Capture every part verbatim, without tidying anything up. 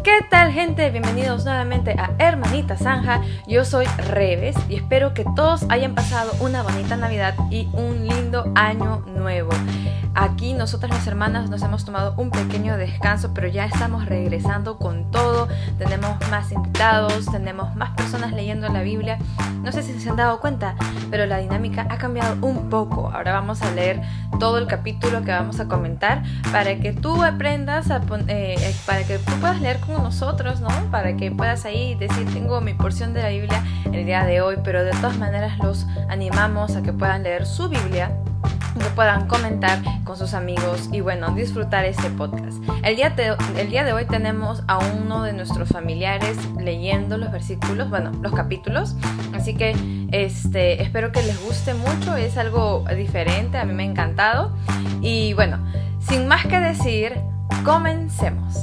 ¿Qué tal, gente? Bienvenidos nuevamente a Hermanita Zanja. Yo soy Reves y espero que todos hayan pasado una bonita Navidad y un lindo año nuevo. Aquí nosotras las hermanas nos hemos tomado un pequeño descanso, pero ya estamos regresando con todo. Tenemos más invitados, tenemos más personas leyendo la Biblia. No sé si se han dado cuenta, pero la dinámica ha cambiado un poco. Ahora vamos a leer todo el capítulo que vamos a comentar para que tú aprendas, a pon- eh, para que tú puedas leer con nosotros, ¿no? Para que puedas ahí decir, tengo mi porción de la Biblia el día de hoy, pero de todas maneras los animamos a que puedan leer su Biblia, que puedan comentar con sus amigos y bueno, disfrutar este podcast. El día, de, el día de hoy tenemos a uno de nuestros familiares leyendo los versículos, bueno, los capítulos, así que este, espero que les guste mucho, es algo diferente, a mí me ha encantado y bueno, sin más que decir, comencemos.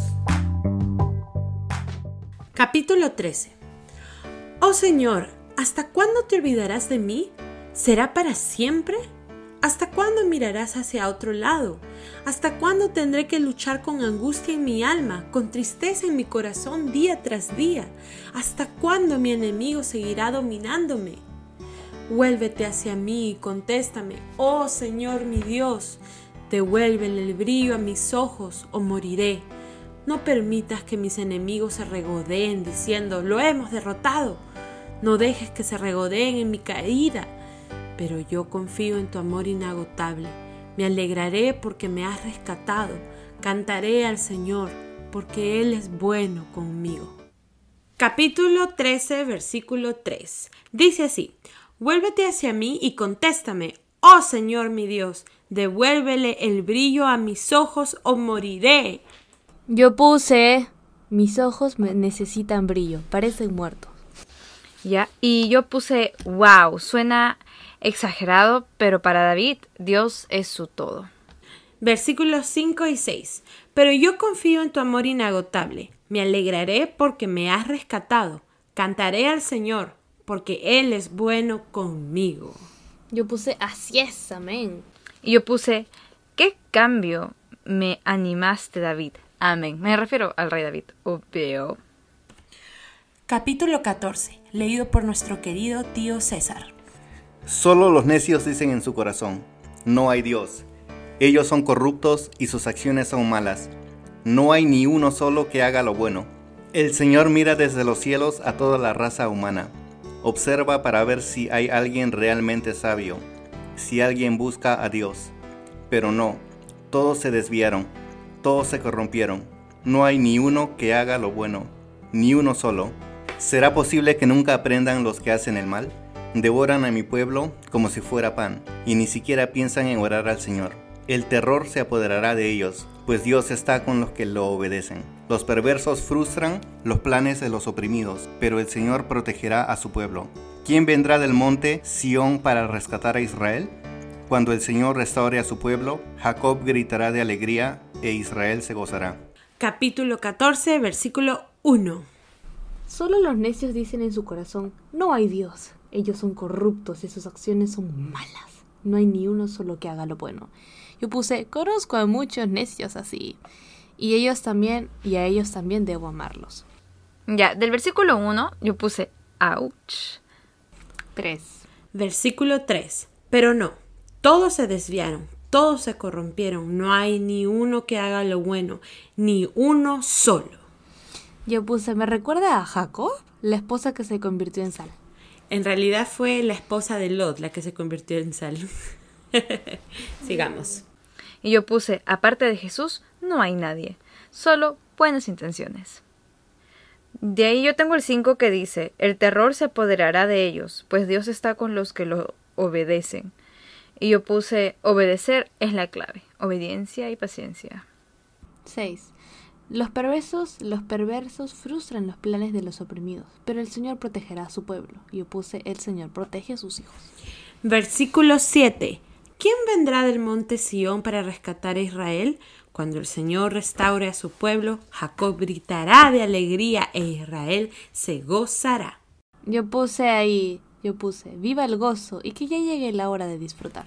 Capítulo trece. Oh Señor, ¿hasta cuándo te olvidarás de mí? ¿Será para siempre? ¿Hasta cuándo mirarás hacia otro lado? ¿Hasta cuándo tendré que luchar con angustia en mi alma, con tristeza en mi corazón día tras día? ¿Hasta cuándo mi enemigo seguirá dominándome? Vuélvete hacia mí y contéstame, oh Señor mi Dios. Devuélvele el brillo a mis ojos o moriré. No permitas que mis enemigos se regodeen diciendo, lo hemos derrotado. No dejes que se regodeen en mi caída. Pero yo confío en tu amor inagotable. Me alegraré porque me has rescatado. Cantaré al Señor porque Él es bueno conmigo. Capítulo trece, versículo tres. Dice así, vuélvete hacia mí y contéstame, oh Señor mi Dios, devuélvele el brillo a mis ojos o moriré. Yo puse, mis ojos me necesitan brillo, parecen muertos. Ya, y yo puse, wow, suena exagerado, pero para David, Dios es su todo. Versículos cinco y seis. Pero yo confío en tu amor inagotable. Me alegraré porque me has rescatado. Cantaré al Señor porque Él es bueno conmigo. Yo puse, así es, amén. Y yo puse, ¿qué cambio me animaste, David? Amén. Me refiero al rey David, obvio. Capítulo catorce. Leído por nuestro querido tío César. Solo los necios dicen en su corazón, no hay Dios. Ellos son corruptos y sus acciones son malas. No hay ni uno solo que haga lo bueno. El Señor mira desde los cielos a toda la raza humana. Observa para ver si hay alguien realmente sabio, si alguien busca a Dios. Pero no, todos se desviaron, todos se corrompieron. No hay ni uno que haga lo bueno, ni uno solo. ¿Será posible que nunca aprendan los que hacen el mal? Devoran a mi pueblo como si fuera pan, y ni siquiera piensan en orar al Señor. El terror se apoderará de ellos, pues Dios está con los que lo obedecen. Los perversos frustran los planes de los oprimidos, pero el Señor protegerá a su pueblo. ¿Quién vendrá del monte Sión para rescatar a Israel? Cuando el Señor restaure a su pueblo, Jacob gritará de alegría e Israel se gozará. Capítulo catorce, versículo uno. Solo los necios dicen en su corazón, no hay Dios. Ellos son corruptos y sus acciones son malas. No hay ni uno solo que haga lo bueno. Yo puse, conozco a muchos necios así. Y ellos también, y a ellos también debo amarlos. Ya, del versículo uno yo puse, ouch. tres. Versículo tres. Pero no, todos se desviaron, todos se corrompieron. No hay ni uno que haga lo bueno, ni uno solo. Yo puse, ¿me recuerda a Jacob? La esposa que se convirtió en sal. En realidad fue la esposa de Lot la que se convirtió en sal. Sigamos. Y yo puse, aparte de Jesús, no hay nadie, solo buenas intenciones. De ahí yo tengo el cinco que dice, el terror se apoderará de ellos, pues Dios está con los que lo obedecen. Y yo puse, obedecer es la clave, obediencia y paciencia. seis. Los perversos, los perversos frustran los planes de los oprimidos, pero el Señor protegerá a su pueblo. Yo puse, el Señor protege a sus hijos. Versículo siete. ¿Quién vendrá del monte Sión para rescatar a Israel? Cuando el Señor restaure a su pueblo, Jacob gritará de alegría e Israel se gozará. Yo puse ahí, yo puse, viva el gozo y que ya llegue la hora de disfrutar.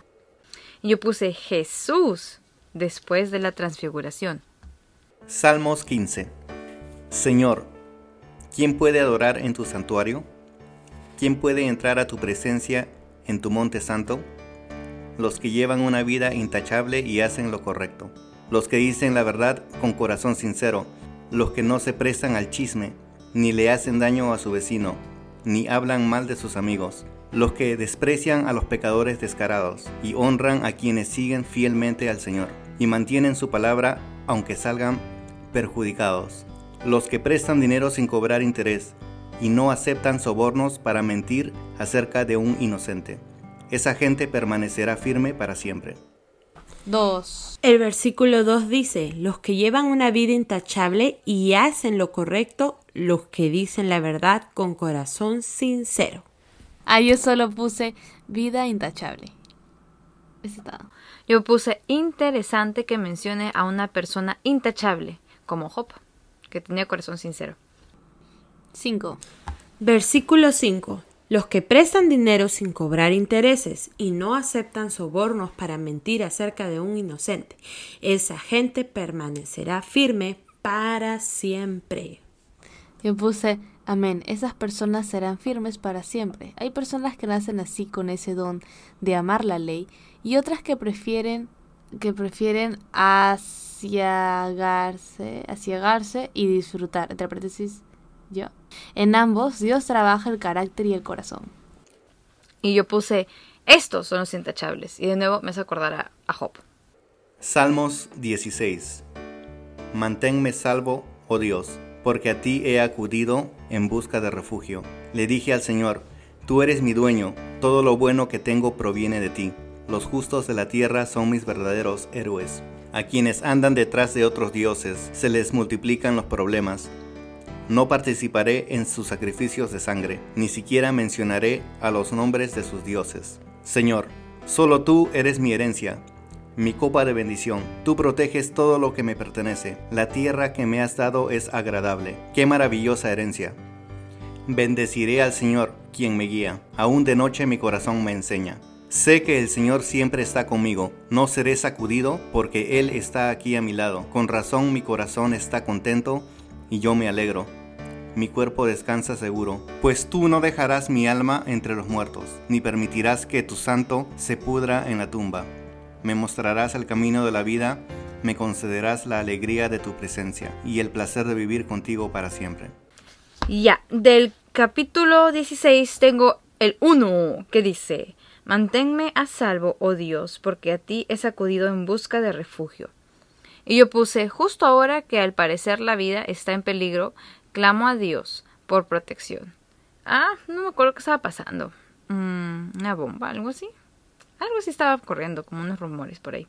Y yo puse Jesús después de la transfiguración. Salmos quince. Señor, ¿quién puede adorar en tu santuario? ¿Quién puede entrar a tu presencia en tu monte santo? Los que llevan una vida intachable y hacen lo correcto. Los que dicen la verdad con corazón sincero. Los que no se prestan al chisme, ni le hacen daño a su vecino, ni hablan mal de sus amigos. Los que desprecian a los pecadores descarados y honran a quienes siguen fielmente al Señor y mantienen su palabra aunque salgan perjudicados. Los que prestan dinero sin cobrar interés y no aceptan sobornos para mentir acerca de un inocente. Esa gente permanecerá firme para siempre. dos. El versículo dos dice, los que llevan una vida intachable y hacen lo correcto, los que dicen la verdad con corazón sincero. Ah, yo solo puse vida intachable. Ese está. Yo puse interesante que mencione a una persona intachable, como Job, que tenía corazón sincero. cinco. Versículo cinco. Los que prestan dinero sin cobrar intereses y no aceptan sobornos para mentir acerca de un inocente, esa gente permanecerá firme para siempre. Yo puse, amén, esas personas serán firmes para siempre. Hay personas que nacen así con ese don de amar la ley y otras que prefieren, que prefieren asiagarse, asiagarse y disfrutar. Entre paréntesis, yo. En ambos, Dios trabaja el carácter y el corazón. Y yo puse, estos son los intachables. Y de nuevo me hace acordar a, a Job. Salmos dieciséis. Manténme salvo, oh Dios, porque a ti he acudido en busca de refugio. Le dije al Señor, tú eres mi dueño, todo lo bueno que tengo proviene de ti. Los justos de la tierra son mis verdaderos héroes. A quienes andan detrás de otros dioses se les multiplican los problemas. No participaré en sus sacrificios de sangre, ni siquiera mencionaré a los nombres de sus dioses. Señor, solo tú eres mi herencia, mi copa de bendición. Tú proteges todo lo que me pertenece. La tierra que me has dado es agradable. ¡Qué maravillosa herencia! Bendeciré al Señor, quien me guía. Aún de noche mi corazón me enseña. Sé que el Señor siempre está conmigo. No seré sacudido, porque Él está aquí a mi lado. Con razón mi corazón está contento y yo me alegro. Mi cuerpo descansa seguro, pues tú no dejarás mi alma entre los muertos, ni permitirás que tu santo se pudra en la tumba. Me mostrarás el camino de la vida, me concederás la alegría de tu presencia y el placer de vivir contigo para siempre. Ya, del capítulo dieciséis tengo el uno que dice, manténme a salvo, oh Dios, porque a ti he sacudido en busca de refugio. Y yo puse, justo ahora que al parecer la vida está en peligro, clamo a Dios por protección. Ah, no me acuerdo qué estaba pasando. Mm, una bomba, algo así. Algo así estaba corriendo, como unos rumores por ahí.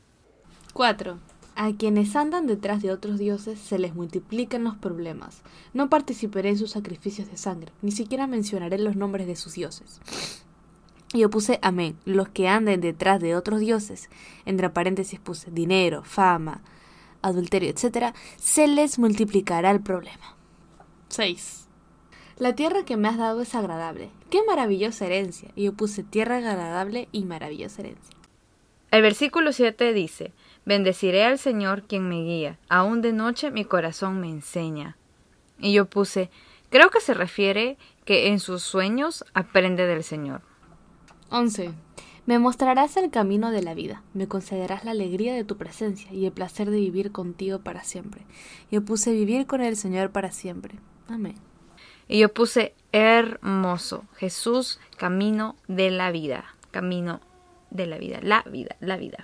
cuatro. A quienes andan detrás de otros dioses se les multiplican los problemas. No participaré en sus sacrificios de sangre, ni siquiera mencionaré los nombres de sus dioses. Y yo puse amén. Los que anden detrás de otros dioses, entre paréntesis puse dinero, fama, adulterio, etcétera, se les multiplicará el problema. seis. La tierra que me has dado es agradable. ¡Qué maravillosa herencia! Y yo puse tierra agradable y maravillosa herencia. El versículo siete dice, bendeciré al Señor quien me guía, aún de noche mi corazón me enseña. Y yo puse, creo que se refiere que en sus sueños aprende del Señor. once. Me mostrarás el camino de la vida, me concederás la alegría de tu presencia y el placer de vivir contigo para siempre. Yo puse vivir con el Señor para siempre. Amén. Y yo puse hermoso, Jesús, camino de la vida, camino de la vida, la vida, la vida.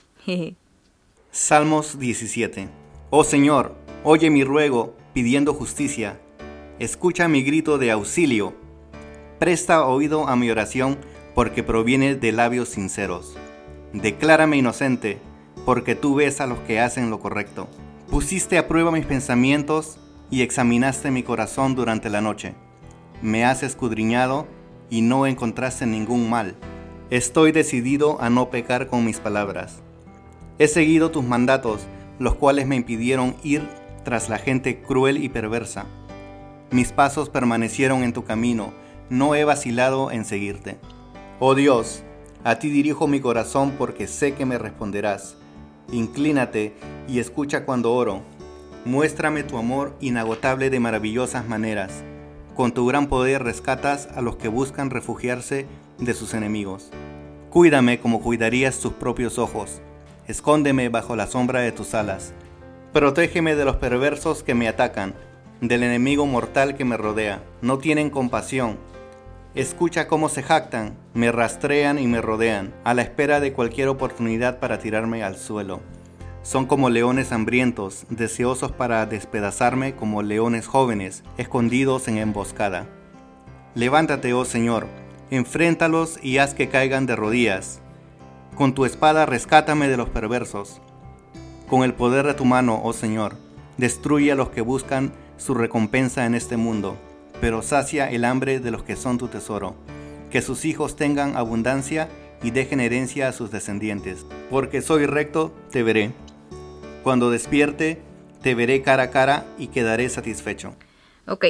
Salmos diecisiete. Oh Señor, oye mi ruego pidiendo justicia, escucha mi grito de auxilio, presta oído a mi oración porque proviene de labios sinceros. Declárame inocente, porque tú ves a los que hacen lo correcto. Pusiste a prueba mis pensamientos y examinaste mi corazón durante la noche. Me has escudriñado y no encontraste ningún mal. Estoy decidido a no pecar con mis palabras. He seguido tus mandatos, los cuales me impidieron ir tras la gente cruel y perversa. Mis pasos permanecieron en tu camino, no he vacilado en seguirte. Oh Dios, a ti dirijo mi corazón porque sé que me responderás. Inclínate y escucha cuando oro. Muéstrame tu amor inagotable de maravillosas maneras. Con tu gran poder rescatas a los que buscan refugiarse de sus enemigos. Cuídame como cuidarías tus propios ojos. Escóndeme bajo la sombra de tus alas. Protégeme de los perversos que me atacan, del enemigo mortal que me rodea. No tienen compasión. Escucha cómo se jactan, me rastrean y me rodean, a la espera de cualquier oportunidad para tirarme al suelo. Son como leones hambrientos, deseosos para despedazarme como leones jóvenes, escondidos en emboscada. Levántate, oh Señor, enfréntalos y haz que caigan de rodillas. Con tu espada rescátame de los perversos. Con el poder de tu mano, oh Señor, destruye a los que buscan su recompensa en este mundo, pero sacia el hambre de los que son tu tesoro. Que sus hijos tengan abundancia y dejen herencia a sus descendientes. Porque soy recto, te veré. Cuando despierte, te veré cara a cara y quedaré satisfecho. Ok.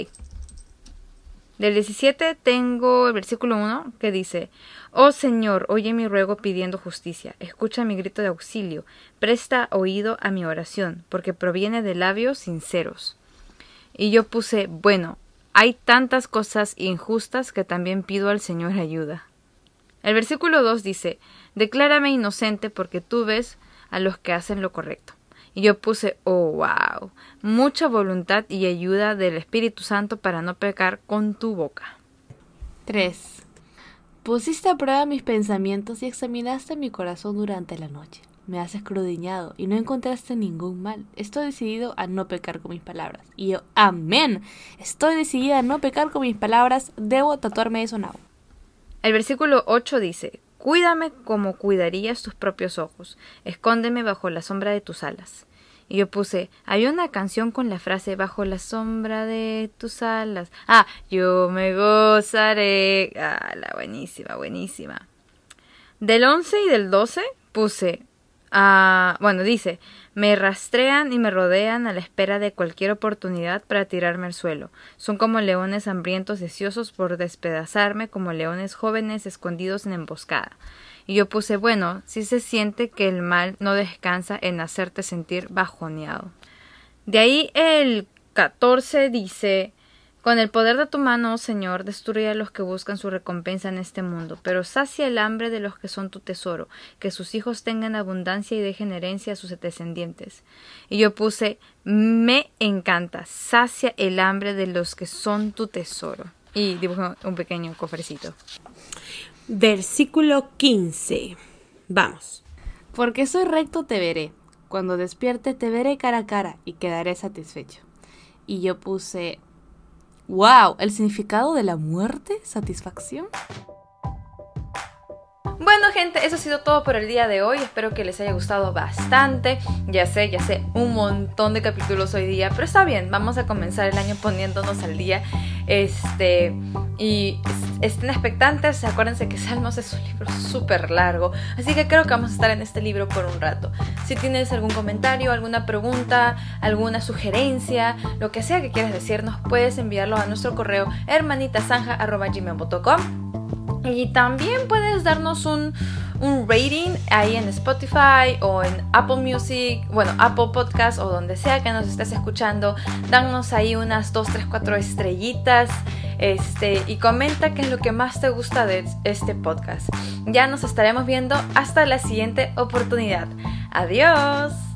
Del diecisiete tengo el versículo uno que dice: Oh Señor, oye mi ruego pidiendo justicia, escucha mi grito de auxilio, presta oído a mi oración, porque proviene de labios sinceros. Y yo puse, bueno, hay tantas cosas injustas que también pido al Señor ayuda. El versículo dos dice: Declárame inocente porque tú ves a los que hacen lo correcto. Y yo puse, oh wow, mucha voluntad y ayuda del Espíritu Santo para no pecar con tu boca. tres. Pusiste a prueba mis pensamientos y examinaste mi corazón durante la noche. Me has escudriñado y no encontraste ningún mal. Estoy decidido a no pecar con mis palabras. Y yo, amén. Estoy decidida a no pecar con mis palabras. Debo tatuarme eso now. El versículo ocho dice: Cuídame como cuidarías tus propios ojos. Escóndeme bajo la sombra de tus alas. Y yo puse, había una canción con la frase bajo la sombra de tus alas. Ah, yo me gozaré. Ah, la buenísima, buenísima. Del once y del doce puse, ah, bueno, dice, me rastrean y me rodean a la espera de cualquier oportunidad para tirarme al suelo. Son como leones hambrientos deseosos por despedazarme, como leones jóvenes escondidos en emboscada. Y yo puse, bueno, sí se siente que el mal no descansa en hacerte sentir bajoneado. De ahí el catorce dice, con el poder de tu mano, oh Señor, destruye a los que buscan su recompensa en este mundo, pero sacia el hambre de los que son tu tesoro, que sus hijos tengan abundancia y dejen herencia a sus descendientes. Y yo puse, me encanta, sacia el hambre de los que son tu tesoro. Y dibujé un pequeño cofrecito. Versículo quince. Vamos. Porque soy recto te veré. Cuando despierte te veré cara a cara y quedaré satisfecho. Y yo puse, wow, ¿el significado de la muerte? ¿Satisfacción? Bueno, gente, eso ha sido todo por el día de hoy. Espero que les haya gustado bastante. Ya sé, ya sé, un montón de capítulos hoy día, pero está bien, vamos a comenzar el año poniéndonos al día. Este, y estén expectantes. Acuérdense que Salmos es un libro súper largo, así que creo que vamos a estar en este libro por un rato. Si tienes algún comentario, alguna pregunta, alguna sugerencia, lo que sea que quieras decirnos, puedes enviarlo a nuestro correo hermanitasanja arroba gmail punto com. Y también puedes darnos un, un rating ahí en Spotify o en Apple Music, bueno, Apple Podcast o donde sea que nos estés escuchando. Danos ahí unas dos, tres, cuatro estrellitas este, y comenta qué es lo que más te gusta de este podcast. Ya nos estaremos viendo hasta la siguiente oportunidad. Adiós.